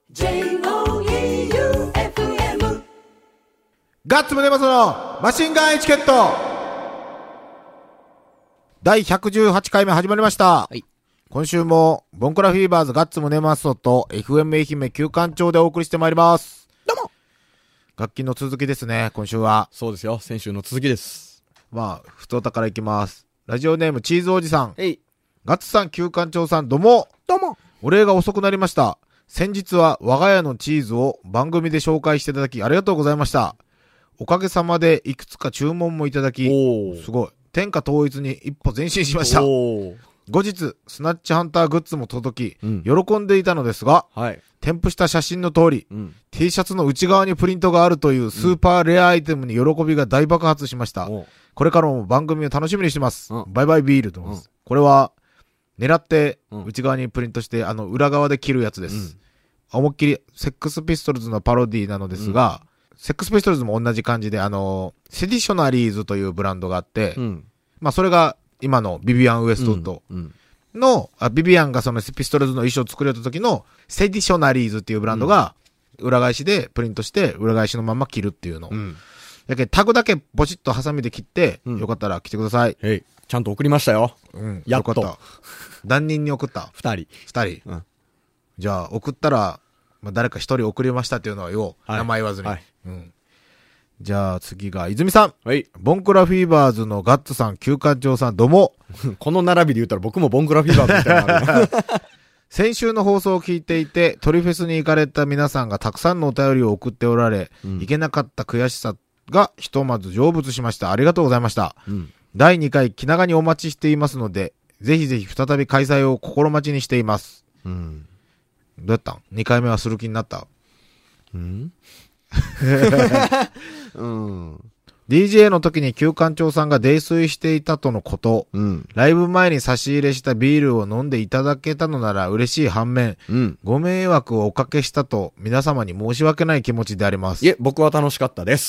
J-O-E-U-F-M ガッツムネマソのマシンガンエチケット第118回目始まりました。 はい。 今週もボンクラフィーバーズガッツムネマソと FM 愛媛旧館長でお送りしてまいります。 どうも。 楽器の続きですね、今週は。 そうですよ。先週の続きです。 まあ、ふとたからいきます。ラジオネームチーズおじさん。 えい。 ガッツさん、旧館長さん、どうも。 どうも。 お礼が遅くなりました。先日は我が家のチーズを番組で紹介していただきありがとうございました。おかげさまでいくつか注文もいただき、すごい。天下統一に一歩前進しました。後日、スナッチハンターグッズも届き、喜んでいたのですが、 はい。 添付した写真の通り、T シャツの内側にプリントがあるというスーパーレアアイテムに喜びが大爆発しました。これからも番組を楽しみにしてます。バイバイビールと思います。これは、狙って内側にプリントして、裏側で切るやつです。思いっきり、セックスピストルズのパロディなのですが、セックスピストルズも同じ感じで、セディショナリーズというブランドがあって、まあそれが今のビビアン・ウエストウッドの、ビビアンがそのピストルズの衣装を作れた時のセディショナリーズっていうブランドが裏返しでプリントして裏返しのまま切るっていうの。だけどタグだけポチッとハサミで切って、よかったら来てください。 ちゃんと送りましたよ。やっと。 よかった。何人に送った？ 二人。 じゃあ送ったら、まあ、誰か一人送りましたっていうのはよ、名前言わずに。じゃあ次が泉さん。ボンクラフィーバーズのガッツさん、旧館長さん、どうも。 この並びで言ったら僕もボンクラフィーバーズみたいなのある。 先週の放送を聞いていて、トリフェスに行かれた皆さんがたくさんのお便りを送っておられ、行けなかった悔しさがひとまず成仏しました。ありがとうございました。第2回気長にお待ちしていますので、ぜひぜひ再び開催を心待ちにしています。どうやったん ?2 回目はする気になった？DJ の時に旧館長さんが泥酔していたとのこと、ライブ前に差し入れしたビールを飲んでいただけたのなら嬉しい反面、ご迷惑をおかけしたと皆様に申し訳ない気持ちであります。 いえ、僕は楽しかったです。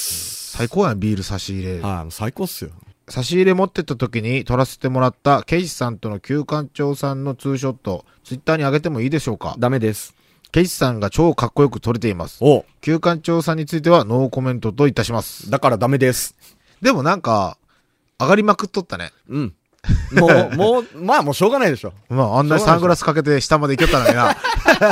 最高やん、ビール差し入れ。 最高っすよ。 差し入れ持ってった時に撮らせてもらったケイシさんとの旧館長さんのツーショット、ツイッターに上げてもいいでしょうか？ ダメです。 ケイシさんが超かっこよく撮れています。旧館長さんについてはノーコメントといたします。 だからダメです。 でもなんか、上がりまくっとったね。 もうしょうがないでしょ。 まあ、あんなにサングラスかけて下まで行けたのにな。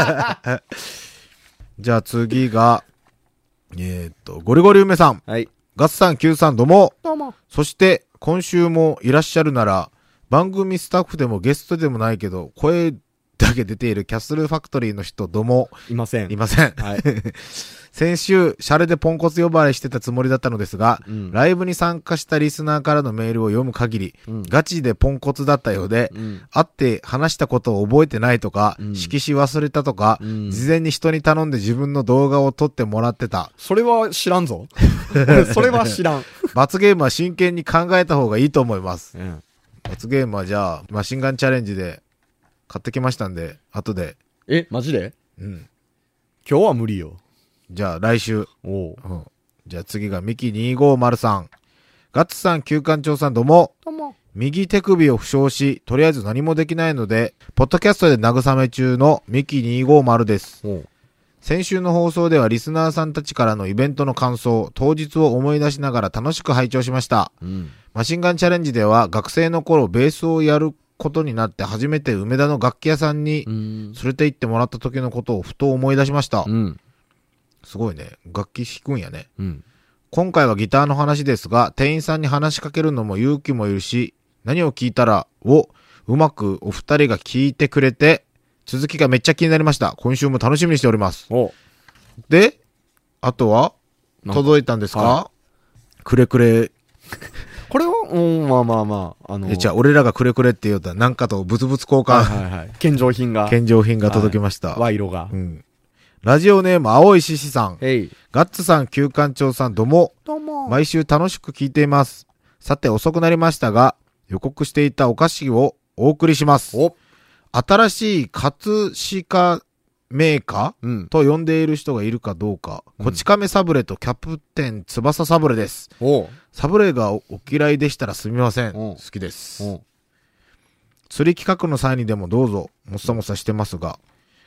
じゃあ次が、ゴリゴリ梅さん。ガッツさん、Qさん、どうも。 どうも。 そして、今週もいらっしゃるなら、番組スタッフでもゲストでもないけど、声だけ出ているキャッスルファクトリーの人、どうも。 いません。 先週、シャレでポンコツ呼ばれしてたつもりだったのですが、ライブに参加したリスナーからのメールを読む限り、ガチでポンコツだったようで、会って話したことを覚えてないとか、色紙忘れたとか、事前に人に頼んで自分の動画を撮ってもらってた。 それは知らんぞ。それは知らん。 罰ゲームは真剣に考えた方がいいと思います。罰ゲームはじゃあ、マシンガンチャレンジで買ってきましたんで、後で。 マジで？今日は無理よ。 じゃあ来週。じゃあ次がミキ250さん。ガッツさん、旧館長さん、どうも。 どうも。 右手首を負傷し、とりあえず何もできないので、ポッドキャストで慰め中のミキ250です。先週の放送ではリスナーさんたちからのイベントの感想、当日を思い出しながら楽しく拝聴しました。マシンガンチャレンジでは学生の頃ベースをやることになって初めて梅田の楽器屋さんに連れて行ってもらった時のことをふと思い出しました。すごいね。楽器弾くんやね。今回はギターの話ですが、店員さんに話しかけるのも勇気もいるし、何を聞いたらをうまくお二人が聞いてくれて、続きがめっちゃ気になりました。今週も楽しみにしております。で、あとは届いたんですか？くれくれ。 これは、まあ。 じゃあ、俺らがくれくれって言うと、なんかとブツブツ交換。 献上品が届きました。 賄賂が。 ラジオネーム、青い獅子さん。ガッツさん、旧館長さん、どうも。 どうも。 毎週楽しく聞いています。さて、遅くなりましたが、予告していたお菓子をお送りします。新しい葛飾メーカー、と呼んでいる人がいるかどうか、こち亀サブレとキャプテン翼サブレです。サブレがお嫌いでしたらすみません。好きです。釣り企画の際にでもどうぞ、もっさもさしてますが、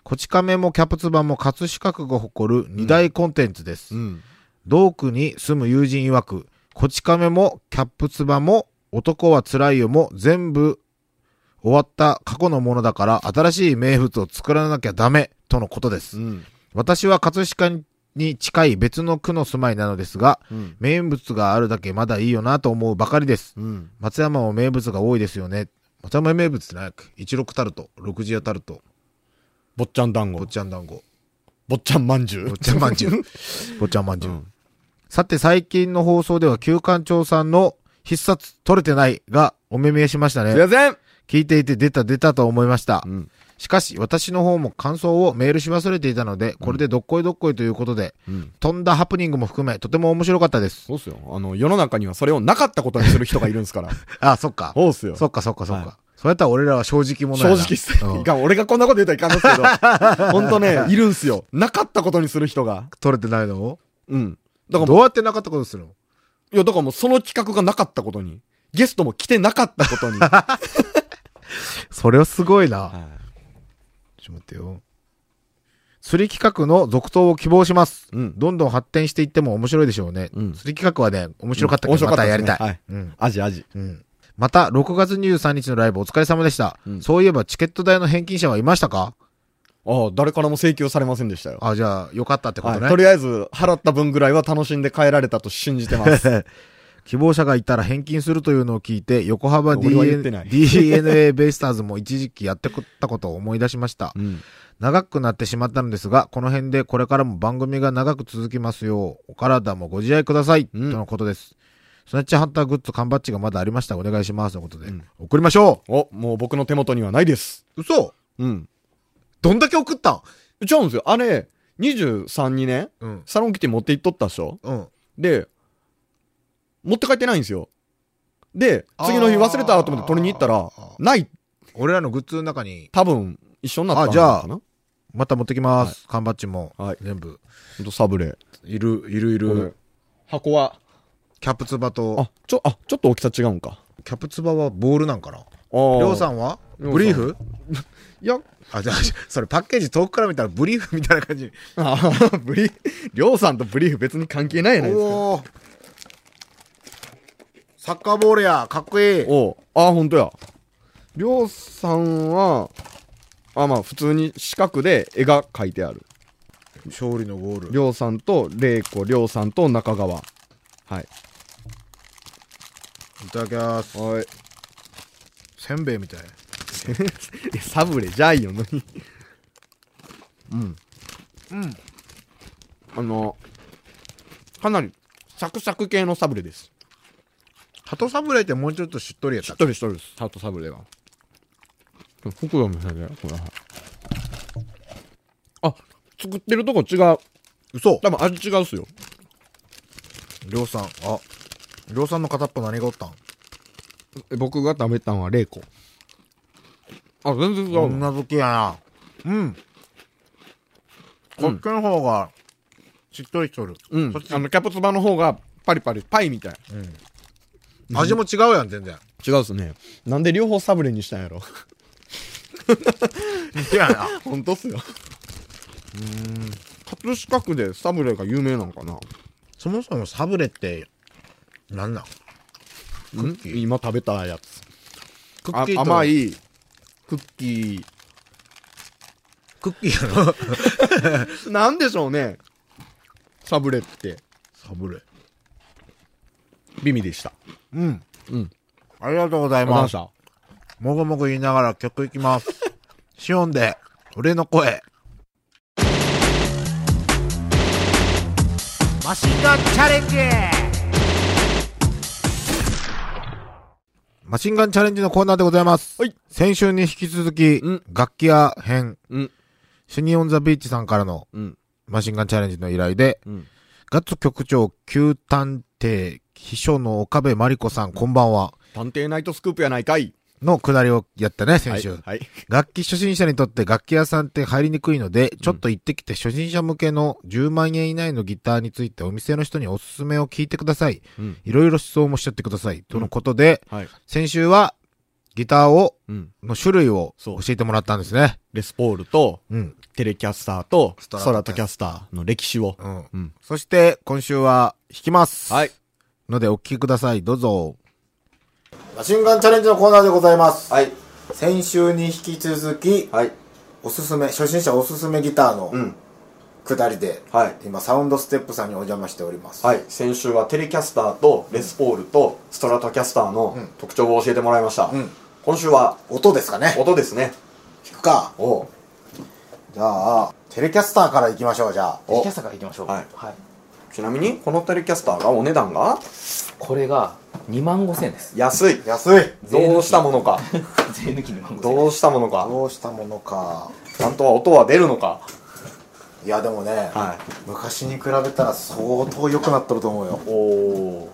こち亀もキャプツバも葛飾区が誇る二大コンテンツです。 うん。 同区に住む友人曰く、こち亀もキャプツバも男は辛いよも全部終わった過去のものだから新しい名物を作らなきゃダメとのことです。 うん。 私は葛飾に近い別の区の住まいなのですが、 うん。 名物があるだけまだいいよなと思うばかりです。 うん。 松山も名物が多いですよね。松山名物って何やっけ？一六タルト、六時屋タルト、 坊ちゃん団子坊。ちゃん団子、 坊ちゃんまんじゅう。 坊ちゃんまんじゅう、坊ちゃんまんじゅう。 うんさて最近の放送では旧館長さんの必殺取れてないがお目見えしましたすいね。 ません。 聞いていて出たと思いました。 うん。 しかし私の方も感想をメールし忘れていたので、これでどっこいどっこいということで、 うん。 飛んだハプニングも含めとても面白かったです。 そうっすよ。世の中にはそれをなかったことにする人がいるんですから。 あ、そっか。 そうっすよ。 そっか。 はいそうやったら俺らは正直者やな。 正直っす。 うんいかん、俺がこんなこと言ったらいかんですけど。ほんとね、いるんすよ。なかったことにする人が。 取れてないのをうん。だからもどうやってなかったことするの？ う、いや、だからもうその企画がなかったことに。ゲストも来てなかったことに。 それはすごいな。 はちょっと待ってよ。釣り企画の続投を希望します。 い。うん。 どんどん発展していっても面白いでしょうね。 うん釣り企画はね、面白かったけど、ま面白かったたやりたい。 はい。 うん。 アジアジ。 うん。また、6月23日のライブお疲れ様でした。 うんそういえばチケット代の返金者はいましたか？ ああ、誰からも請求されませんでしたよ。 あ、じゃあ、よかったってことね。 はい。とりあえず、払った分ぐらいは楽しんで帰られたと信じてます。 希望者がいたら返金するというのを聞いて、横浜俺は言ってない DNA ベイスターズも一時期やってたことを思い出しました。 うん。 長くなってしまったのですが、この辺でこれからも番組が長く続きますよう、お体もご自愛ください、 うんとのことです。スナッチハンターグッズ缶バッジがまだありましたらお願いしますということで、 うん送りましょお、もう僕の手元にはないです。 う。嘘？ うん。 どんだけ送ったん？ 違うんですよ。あれ、23にね、 うん。 サロン来て持って行っとったでしょ？ うん。 で、持って帰ってないんですよ。で、次の日忘れたと思って取りに行ったら、ない。 俺らのグッズの中に、 多分、一緒になったのあじゃあかな。 また持ってきます。缶バッジも。 はい。 全部。 ほんとサブレ。 いる。 これる。 箱は、 キャプツバと、 ちょっと大きさ違うんか。 キャプツバはボールなんかな？ ありょうさん。 んはりょうさんブリーフ？ いや、 あ、じゃあ、それパッケージ遠くから見たらブリーフみたいな感じ。 りょうさんとブリーフ別に関係ないじゃないですか。 おー。サッカーボールや、かっこいい。 おうほんとや。りょうさんは、まあ普通に四角で絵が描いてある。 勝利のゴール。 りょうさんとれいこ、りょうさんと中川。はい。 いただきます。 はい。 せんべいみたい。 サブレじゃあいいよのに。うん。かなりサクサク系のサブレです。 鳩サブレーってもうちょっとしっとりやっしたっとりしとるです。ハートサブレは。袋もね、これ。あ、作ってるとこ違う。 嘘。 多分味違うっすよ。 りょうさん、りょうさんの片っぽ何がおったん？ 僕が食べたんは0個。あ、全然違うな。 女好きやな。うん。こっちの方が、しっとりしとる。 うん。 そっちキャプツバの方がパリパリ、パイみたい。 味も違うやん、全然。 違うっすね。なんで両方サブレにしたんやろ。 似てやな。 ほんとっすよ。葛飾区でサブレが有名なのかな。 そもそもサブレって、なんなん？クッキー今食べたやつ。 クッキーと甘いクッキー。 クッキーやろ？ なんでしょうね。サブレって。 サブレ。 美味でした。 うん。 うん。 ありがとうございます。 ありがとうございました。 もぐもぐ言いながら曲いきます。シオンで、俺の声。マシンガンチャレンジ。マシンガンチャレンジのコーナーでございます。 はい。 先週に引き続き、 うん楽器屋編、 うん。 シュニオンザビーチさんからのうん。 マシンガンチャレンジの依頼で、 うん。 ガッツ局長、旧探偵、秘書の岡部真理子さん、こんばんは。 探偵ナイトスクープやないかい。 のくだりをやったね、先週。 はい。はい。 楽器初心者にとって楽器屋さんって入りにくいので、ちょっと行ってきて初心者向けの10万円以内のギターについてお店の人におすすめを聞いてください。 うん。 いろいろ思想もしちゃってください。とのことで、 はい。 先週は、 ギターを、 うん。 の種類をそう教えてもらったんですね。 レスポールと、 うん。 テレキャスターと、ストラトトラトキャスターの歴史を。 うん。 うん。 そして、今週は弾きます。 はい。 ので、お聴きください。どうぞ。マシンガンチャレンジのコーナーでございます。 はい。 先週に引き続き、 はい。 おすすめ、初心者おすすめギターのうん。 下りで、 はい。 今、サウンドステップさんにお邪魔しております。 はい。先週はテレキャスターとレスポールとストラトキャスターのうん特徴を教えてもらいました。 うん。 今週は音ですかね。 音ですね。 弾くか。 おう。 じゃあ、テレキャスターから行きましょう、じゃあ。 おキャスターからいきましょう。 はいはい。 ちなみに、このテレキャスターがお値段がこれが25,000円です。 安い。 安い。 どうしたものか。 税抜き25,000円。 どうしたものか。 どうしたものか。 ちゃんと音は出るのか。 いや、でもね、 は昔に比べたら相当良くなっとると思うよ。 い。おお。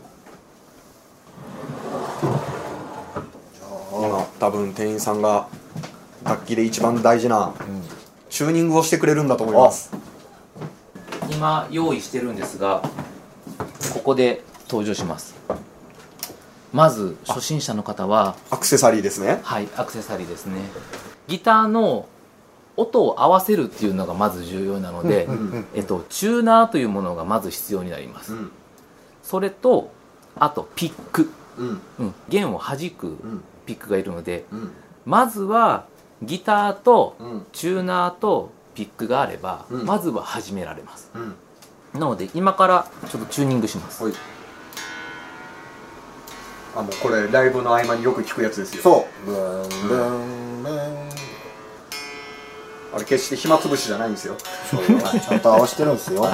今、多分店員さんが楽器で一番大事なチューニングをしてくれるんだと思います。 今用意してるんですが、ここで登場します。まず初心者の方は、 アクセサリーですね。 はい、アクセサリーですね。ギターの音を合わせるっていうのがまず重要なので、チューナーというものがまず必要になります。 ん。 それと、あとピック、 うん。 弦を弾くんピックがいるので、 うん。 まずはギターとうん。 チューナーとピックがあれば、 うんまずは始められます。 うん。 なので今からちょっとチューニングします。 はい。あ、もうこれライブの合間によく聞くやつですよ。 そう。ブーン、ブーン、ブーン。 あれ決して暇つぶしじゃないんですよ。 そうよ。ちゃんと合わせてるんですよ。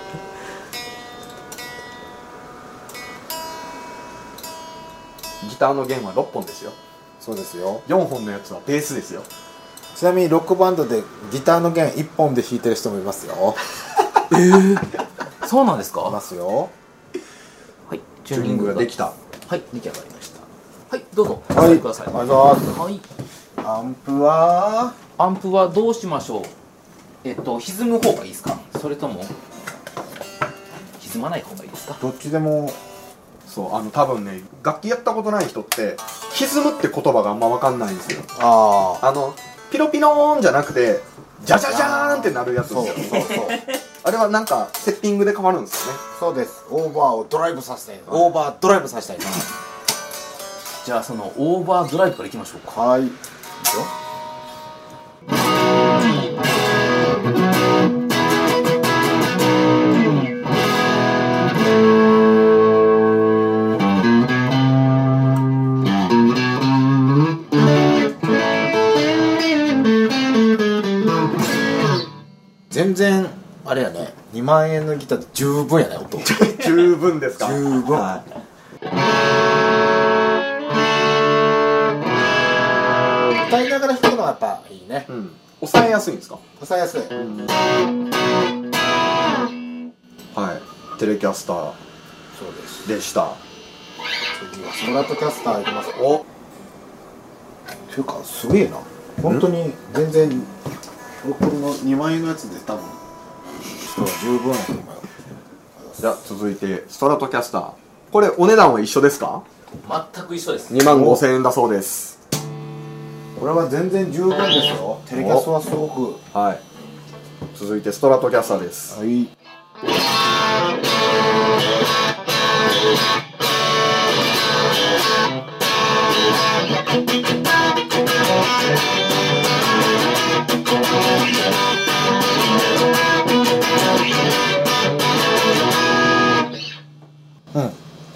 ギターの弦は6本ですよ。 そうですよ。 4本のやつはベースですよ。 ちなみにロックバンドでギターの弦1本で弾いてる人もいますよ。 そうなんですか？ いますよ。 はい、 チューニングができた。 はい、出来上がりました。はい、どうぞおはい。 座りください。 ありがとうございます。 はい、 アンプは、 アンプはどうしましょう？歪む方がいいですか？それとも歪まない方がいいですか？ どっちでも、 そう、多分ね、楽器やったことない人って歪むって言葉があんま分かんないんですよ。ピロピノーンじゃなくてジャジャジャーンってなるやつそうですよ。 そうそう。 あれはなんかセッティングで変わるんですよね。 そうです。オーバーをドライブさせたい。オーバードライブさせたいな。 じゃあそのオーバードライブからいきましょうか。 はい。 いいよ。 全然、あれやね、2万円のギターで十分やね、音。 十分ですか？ 十分。 は歌いながら弾くのがやっぱいいね。 い。うん。抑えやすいんですか？ 抑えやすい。 はい。テレキャスターそうです。 でした。 次はストラトキャスターいきます。 お、 っていうか、すげえな。本当に全然、僕の2万円のやつで多分、人は十分やと思うよ。 じゃあ続いてストラトキャスター。これお値段は一緒ですか全く一緒です。 ？25,000円だそうです。 これは全然十分ですよ。テレキャスはすごく。 はい。続いてストラトキャスターです。 はい。うん。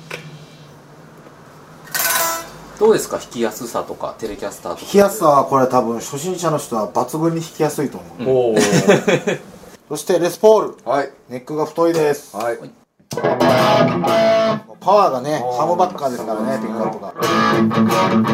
どうですか？弾きやすさとかテレキャスターとか。 弾きやすさはこれ多分初心者の人は抜群に弾きやすいと思う。 おお。 そしてレスポール。 はい。 ネックが太いです。 はい。 パワーがね、ハムバッカーですからね、ピックアップが。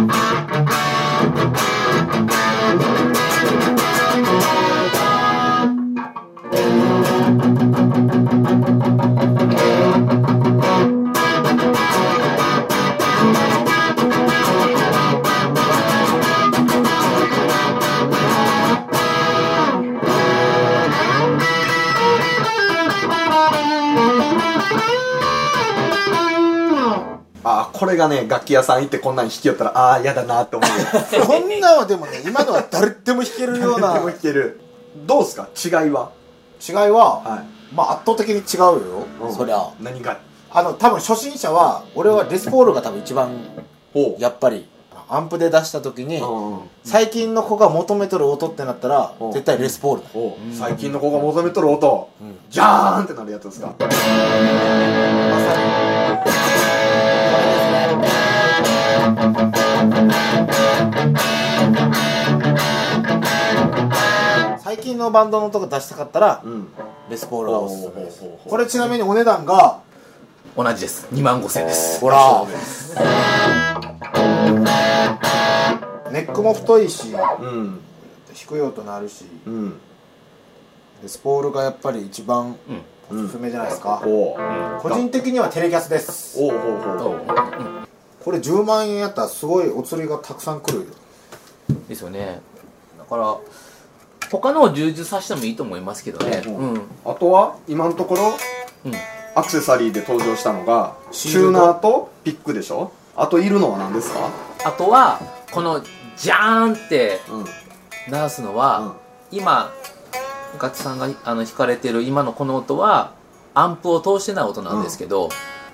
これがね、楽器屋さん行ってこんなん弾きよったら、ああ、嫌だなって思うよ。 こんなんはでもね、今のは誰でも弾けるような。 でも弾ける。どうすか違いは。 違いは、 はい。 まあ圧倒的に違うよ。そりゃ。 何が多分初心者は、俺はレスポールが多分一番、やっぱり、アンプで出した時に、最近の子が求めとる音ってなったら、絶対レスポールだ。 最近の子が求めとる音、ジャーンってなるやつですか。まさに。最近のバンドの音が出したかったら、レスポールがおすすめです。これちなみにお値段が同じです。25,000円です。 ほらネックも太いし、低い音鳴るし、レスポールがやっぱり一番おすすめじゃないですか。個人的にはテレキャスです。これ10万円やったらすごいお釣りがたくさん来るよ。 ですよね。だから他のを充実させてもいいと思いますけどね。 あとは今のところ、アクセサリーで登場したのがチューナーとピックでしょ。あといるのは何ですか。 あとはこのジャーンって鳴らすのは、今ガチさんが弾かれてる今のこの音はアンプを通してない音なんですけど、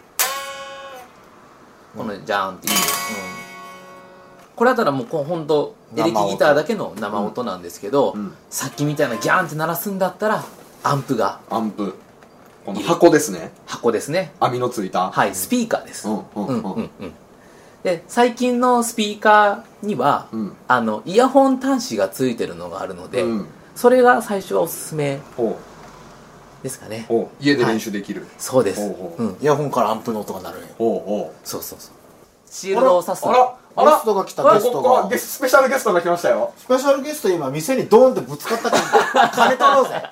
このジャーンっていう、これだったらもうほんとエレキギターだけの生音なんですけど、さっきみたいなギャーンって鳴らすんだったらアンプが、 アンプ、この箱ですね。 箱ですね。 網のついた、 はい、スピーカーです。で最近のスピーカーには、イヤホン端子がついてるのがあるので、それが最初はおすすめですかね。 家で練習できる。 そうです。 イヤホンからアンプの音が鳴るんよ。 そうそうそう。シールドを刺す。 あらゲストが来た。ゲストがスペシャルゲストが来ましたよ。 スペシャルゲスト今店にドーンってぶつかったから金取ろうぜ。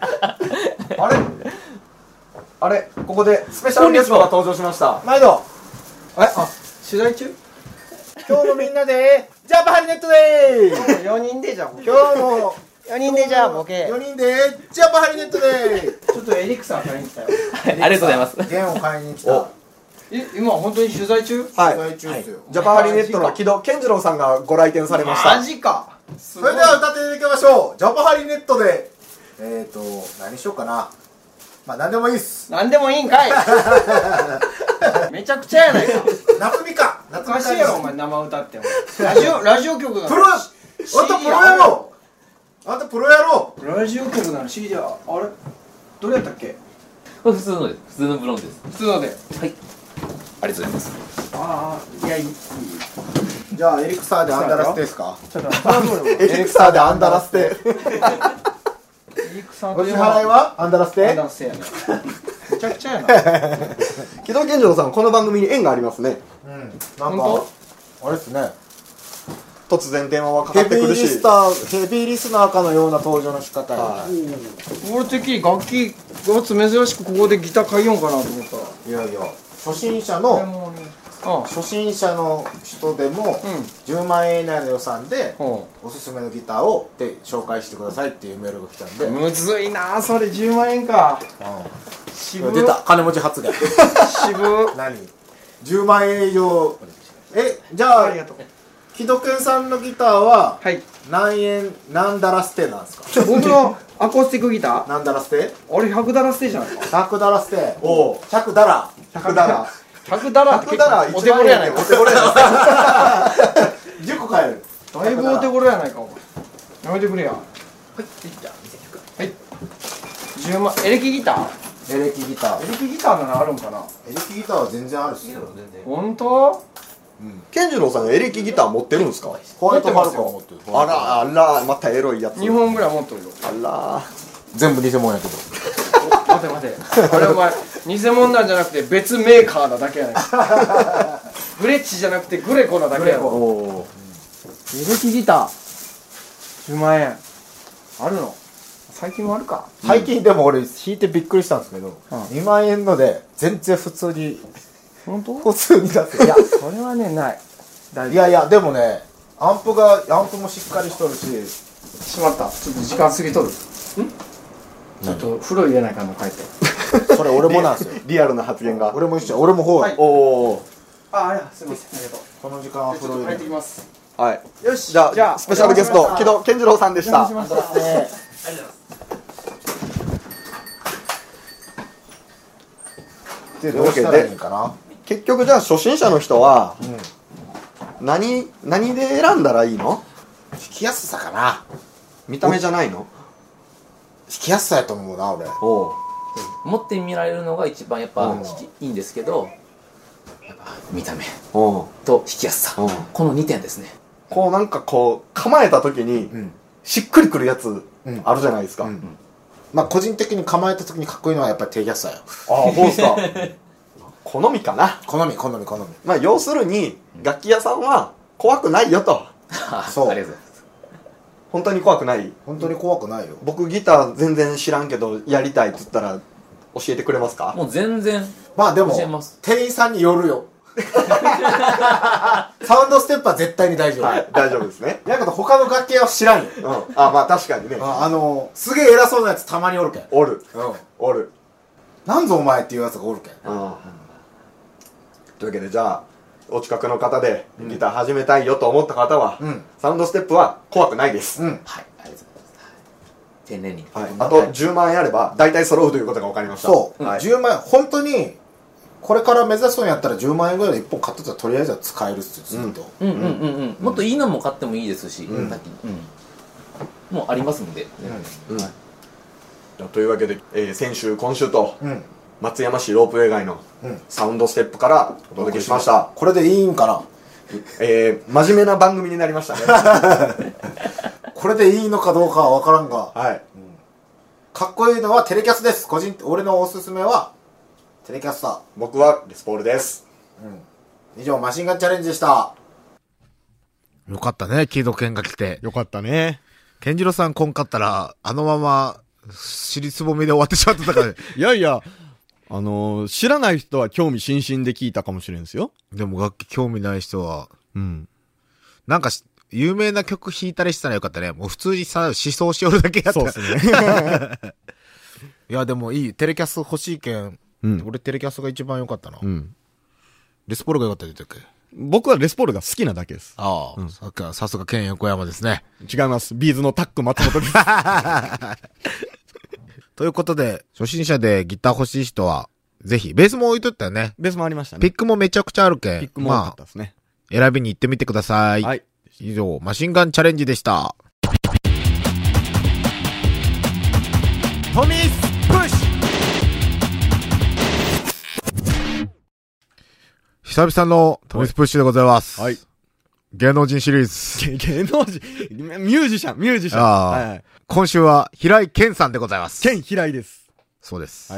あれここでスペシャルゲストが登場しました。 毎度取材中。 今日もみんなでジャンプハリネットでー 4人でじゃん。 今日も 4人でじゃあボケ。 4人でジャンプハリネットでちょっとエリックさん買いに来たよ。 ありがとうございます。 弦を買いに来た。 今本当に取材中？ はい。 取材中ですよ。 ジャパンハリネットの木戸健次郎さんがご来店されました。 マジか。 それでは歌っていただきましょう。ジャパハリネットで何しようかな。まあ何でもいいっす。 何でもいいんかい。めちゃくちゃやないか。 夏美か。 おかしいやろお前生歌って。ラジオ局が。 プロ。あんたプロやろ。あんたプロやろ。 ラジオ局なの CD はあれどれやったっけ？ これ普通のです。普通のブロンです。 普通ので。 はい。ありがとうございます。 ああいやいい。 じゃあエリクサーでアンダラステですか。 ちょっと待って。 エリクサーでアンダラステ。 エリックさんご支払いはアンダラステ。 アンダラステやね。めちゃくちゃやな。 木戸健次郎さんこの番組に縁がありますね。 なんかあれっすね。 突然電話はかかヘビーってくるし。 ヘビーリスナーかのような登場の仕方や。 俺的に楽器が珍しくここでギター買いようかなと思ったら。 いやいや初心者の人でも10万円以内の予算でおすすめのギターをで紹介してくださいっていうメールが来たんで。 むずいなそれ10万円か。渋出た金持ち発言。 渋何10万円以上。じゃあありがとう。 木戸健さんのギターははい。 何ダラステなんですか。 僕のアコースティックギター何ダラステ。 あれ100ダラステじゃないか。 100ダラステ。100ダラ。 100ダラ。 100ダラって 100ダラお手頃やないか。 お手頃やな。 10個買える。 だいぶお手頃やないかお前。やめてくれや。はいじゃあ2100。 はい。10万エレキギター？ エレキギター。 エレキギターならあるんかな。 エレキギターは全然あるっすよ。 本当？ 健次郎さんエレキギター持ってるんですか。 ホワイトファルコン持ってる。 あらまたエロいやつ。 2本ぐらい持っとるよ。 あら全部偽物やけど。 待て。あれお前偽物なんじゃなくて別メーカーなだけやないか。グレッチじゃなくてグレコなだけやろ。エレキギター10万円あるの？最近もあるか。 最近でも俺弾いてびっくりしたんですけど、2万円ので全然普通に本当？ 普通になって。 いやそれはねない。 いやでもねアンプもしっかりしとるし。 しまった。ちょっと時間過ぎとる。ちょっと風呂入れないかんの帰って。 それ俺もなんですよ。 リアルな発言が。 俺も一緒。俺もほう。 はいおお。 あ、いや、すみません、ありがとう。 この時間はちょっと帰ってきます。 はい。 よし、 じゃあスペシャルゲスト木戸健次郎さんでした。 お願いしました。ありがとうございます。 でどうしたらいいかな。 結局じゃあ初心者の人は、何で選んだらいいの？ 引きやすさかな。 見た目じゃないの？ 引きやすさやと思うな俺。 持ってみられるのが一番やっぱいいんですけど、やっぱ見た目と引きやすさ、この2点ですね。 こうなんかこう構えた時にしっくりくるやつあるじゃないですか。 まあ個人的に構えた時にかっこいいのはやっぱり低キャスターよ。 ああ、そうですか。好みかな。 好み。 まあ要するに楽器屋さんは怖くないよと。 そう。 ありがとうございます。 本当に怖くない。 本当に怖くないよ。 僕ギター全然知らんけどやりたいって言ったら教えてくれますか？ もう全然。 まあでも教えます。 店員さんによるよ。サウンドステップは絶対に大丈夫。 はい、大丈夫ですね。 だけど他の楽器屋は知らんよ。 あ、まあ確かにね。 すげえ偉そうなやつたまにおるけん。 おる。 なんぞお前っていうやつがおるけん。 というわけでじゃあお近くの方でギター始めたいよと思った方は、サウンドステップは怖くないです。 はい、ありがとうございます。丁寧に。 あと10万円あれば大体揃うということが分かりました。 そう。10万円、本当にこれから目指すんやったら10万円ぐらいで1本買ってたらとりあえずは使えるっすよ、ずっと。 もっといいのも買ってもいいですし、もうありますんで。 というわけで、先週今週と松山市ロープウェイ街のサウンドステップからお届けしました。 これでいいんかな。 真面目な番組になりましたね。 これでいいのかどうかは分からんが、 はい、 かっこいいのはテレキャスです。俺のおすすめはテレキャスター。 僕はレスポールです。 以上マシンガンチャレンジでした。よかったね、木戸健が来て。 よかったね。 健次郎さん来んかったらあのまま尻つぼみで終わってしまってたから、ね、 いやいや、知らない人は興味津々で聞いたかもしれんですよ。 でも楽器興味ない人は、なんか有名な曲弾いたりしたらよかったね。もう普通にさ、思想しおるだけやったら。そうですね。いや、でもいい。テレキャス欲しいけん。俺テレキャスが一番良かったな。レスポールが良かったって言ったっけ？ 僕はレスポールが好きなだけです。 ああ、さすが県横山ですね。 違います。ビーズのタック松本です。 ということで、初心者でギター欲しい人は、ぜひ、ベースも置いとったよね。 ベースもありましたね。 ピックもめちゃくちゃあるけん。 ピックも多かったですね。 まあ、選びに行ってみてください。 はい。 以上、マシンガンチャレンジでした。トミースプッシュ。久々のトミースプッシュでございます。 はい。 芸能人シリーズ。 芸能人ミュージシャン。 はい。今週は平井堅さんでございます。 平井です。 そうです。 はい。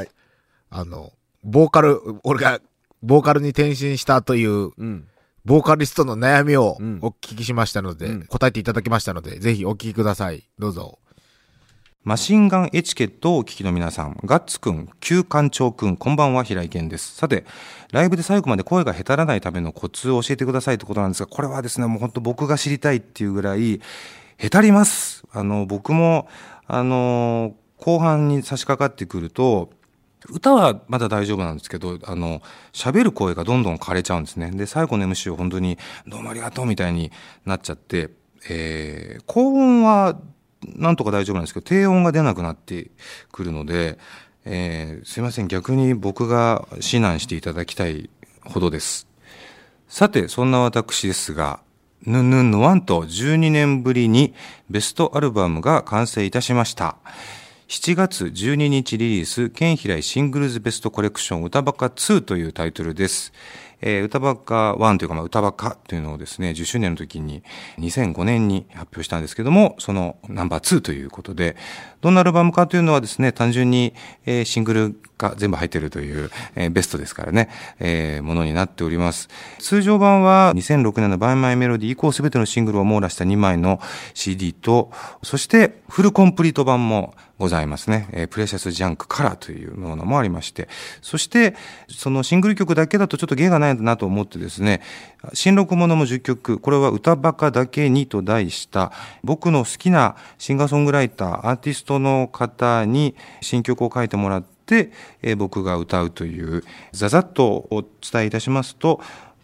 俺がボーカルに転身したという、ボーカリストの悩みをお聞きしましたので、答えていただきましたので、ぜひお聞きください。どうぞ。 マシンガンエチケットをお聞きの皆さん、ガッツくん、旧館長くん、こんばんは、平井堅です。さて、ライブで最後まで声がへたらないためのコツを教えてくださいってことなんですが、これはですね、もう本当僕が知りたいっていうぐらい、へたります。僕も、後半に差し掛かってくると、歌はまだ大丈夫なんですけど、喋る声がどんどん枯れちゃうんですね。で、最後の MC を本当に、どうもありがとうみたいになっちゃって、高音はなんとか大丈夫なんですけど、低音が出なくなってくるので、すいません、逆に僕が指南していただきたいほどです。さて、そんな私ですが、ヌンヌンのワンと12年ぶりにベストアルバムが完成いたしました。7月12日リリース、ケンヒライシングルズベストコレクション歌バカ2というタイトルです。歌バカ1というか、歌バカというのをですね、10周年の時に2005年に発表したんですけども、そのナンバー2ということで、どんなアルバムかというのはですね、単純に、シングルが全部入っているという、ベストですからね、ものになっております。通常版は2006年のバイマイメロディ以降すべてのシングルを網羅した2枚の CD と、そしてフルコンプリート版もございますね。プレシャスジャンクカラーというものもありまして、そしてそのシングル曲だけだとちょっと芸がないなと思ってですね、新録ものも10曲、これは歌バカだけにと題した僕の好きなシンガーソングライター、アーティストの方に新曲を書いてもらって、僕が歌うという、ざざっとお伝えいたしますと、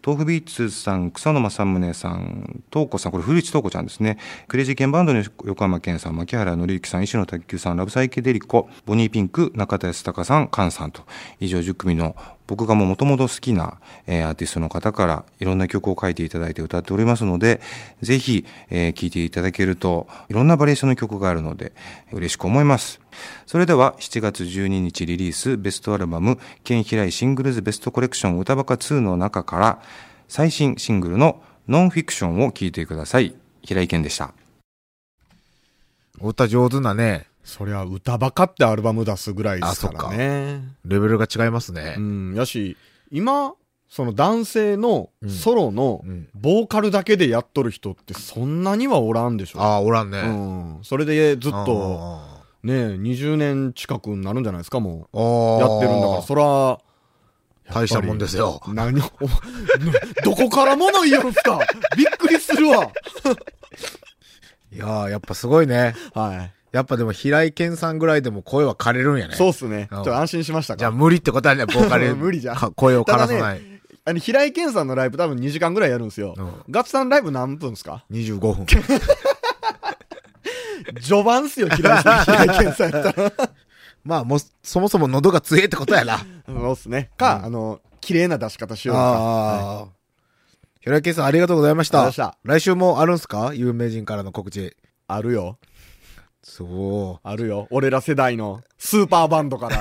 豆腐ビーツさん、草野正宗さん、東子さん、これ古市東子ちゃんですね。クレイジーケンバンドの横浜健さん、牧原紀之さん、石野卓球さん、ラブサイケデリコ、ボニーピンク、中田康隆さん、菅さんと、以上10組の僕がもともと好きな、アーティストの方からいろんな曲を書いていただいて歌っておりますので、ぜひ、聴いていただけるといろんなバリエーションの曲があるので嬉しく思います。それでは7月12日リリースベストアルバムケンヒライシングルズベストコレクション歌バカ2の中から最新シングルのノンフィクションを聴いてください。平井堅でした。 歌上手なね。 そりゃ歌バカってアルバム出すぐらいですからね。 レベルが違いますね。 うん。やし、今、その男性のソロのボーカルだけでやっとる人ってそんなにはおらんでしょ。 ああ、おらんね。 うん。それでずっと、ね、20年近くになるんじゃないですか、もう。やってるんだから、そら、 大したもんですよ。 何を、どこから物言うんすかびっくりするわ。 いやー、やっぱすごいね。 はい。 やっぱでも平井堅さんぐらいでも声は枯れるんやね。 そうっすね。ちょっと安心しましたか。 じゃあ無理ってことはね、ボーカル。 無理じゃん。 声を枯らさない。 平井堅さんのライブ多分2時間ぐらいやるんですよ。ガッツさんライブ何分ですか ?25 分。 序盤っすよ、平井堅さんやったら。 まあもう、そもそも喉が強いってことやな。 そうっすね。か、綺麗な出し方しようか。 平井堅さんありがとうございました。 ありがとうございました。 来週もあるんすか？有名人からの告知。 あるよ。 そう。 あるよ。俺ら世代のスーパーバンドから。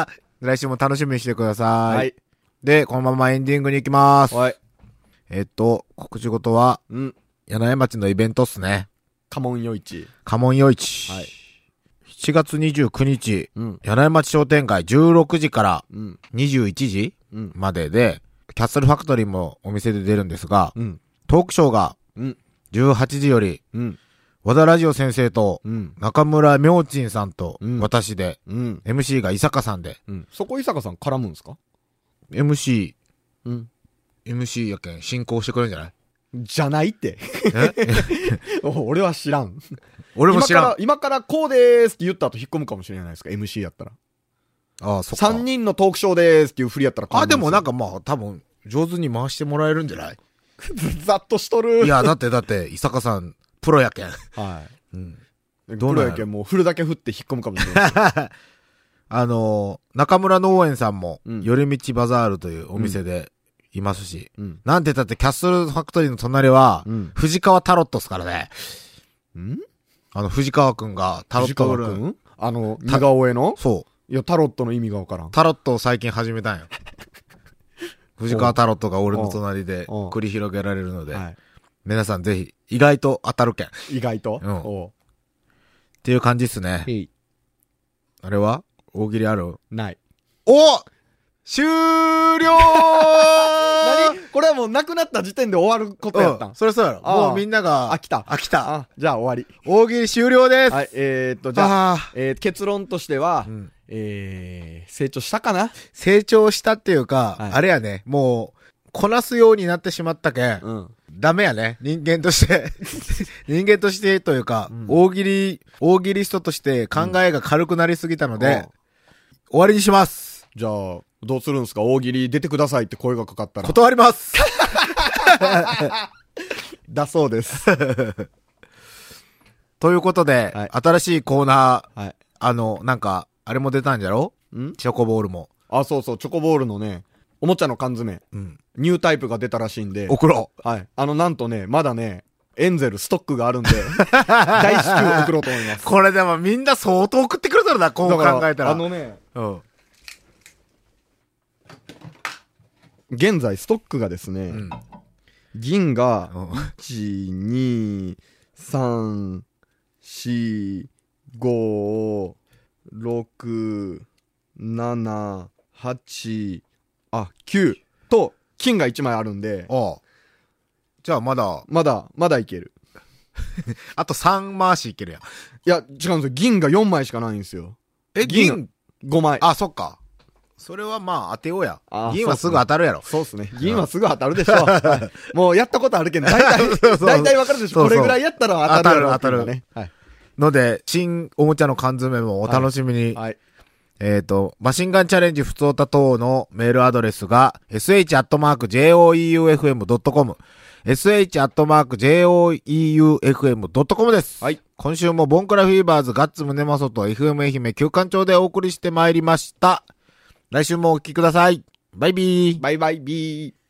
来週も楽しみにしてください。 はい。 で、このままエンディングに行きます。 はい。 告知事は、柳井町のイベントっすね。 家紋夜市。 家紋夜市。 はい。 7月29日、柳井町商店街16時から21時までで、キャッスルファクトリーもお店で出るんですが、トークショーが18時より、和田ラジオ先生と、中村明珍さんと、私で、MC が伊坂さんで。 そこ伊坂さん絡むんですか？ MC やけん進行してくれるんじゃない？ じゃないって。俺は知らん。 俺も知らん。 今からこうでーすって言った後引っ込むかもしれないですか？ MC やったら。 ああ、そっか。 3人のトークショーでーすっていう振りやったら。 あ、でもなんかまあ多分、上手に回してもらえるんじゃない？ ざっとしとる。 いや、だって、伊坂さん、プロやけん。 はい。プロやけんもう振るだけ振って引っ込むかもしれない。 中村農園さんも、寄り道バザールというお店でいますし、なんて言ったってキャッスルファクトリーの隣は、藤川タロットっすからね。藤川くんがタロット売る。 似顔絵の？ そう。 いや、タロットの意味がわからん。 タロットを最近始めたんよ。藤川タロットが俺の隣で繰り広げられるので、皆さんぜひ、意外と当たるけん。 意外と？ っていう感じっすね。あれは大喜利ある？ ない。 お！終了何？これはもうなくなった時点で終わることやったん？ それそうやろ。もうみんなが。 飽きた。じゃあ終わり。 大喜利終了です。 はい、じゃあ、結論としては、成長したかな？ 成長したっていうか、あれやね、もう、こなすようになってしまったけん、ダメやね。人間として。人間としてというか、大喜利ストとして考えが軽くなりすぎたので、終わりにします。 じゃあ、どうするんですか？大喜利出てくださいって声がかかったら。 断りますだそうです。 ということで、新しいコーナー、なんか、あれも出たんじゃろ？チョコボールも。 あ、そうそう、チョコボールのね、おもちゃの缶詰、ニュータイプが出たらしいんで。 送ろう。はい。なんとね、まだね、エンゼルストックがあるんで、大至急送ろうと思います。 これでもみんな相当送ってくれたらな、こう考えたら。 現在ストックがですね、銀が、1、2、3、4、5、6、7、8、9と、金が1枚あるんで、 じゃあまだいける。 あと3回しいけるやん。 いや、違うんですよ。銀が4枚しかないんですよ。 銀 5枚。 あ、そっか。それはまあ当てようや。銀はすぐ当たるやろ。 そうっすね。銀はすぐ当たるでしょ。もうやったことあるけど、大体わかるでしょ。これぐらいやったら当たる。 ので、新おもちゃの缶詰もお楽しみに。 マシンガンチャレンジふつおた等のメールアドレスが sh@joeufm.com sh@joeufm.com です。はい。今週もボンクラフィーバーズガッツムネマソと FM 愛媛旧館長でお送りしてまいりました。来週もお聞きください。バイビー。 バイバイビー。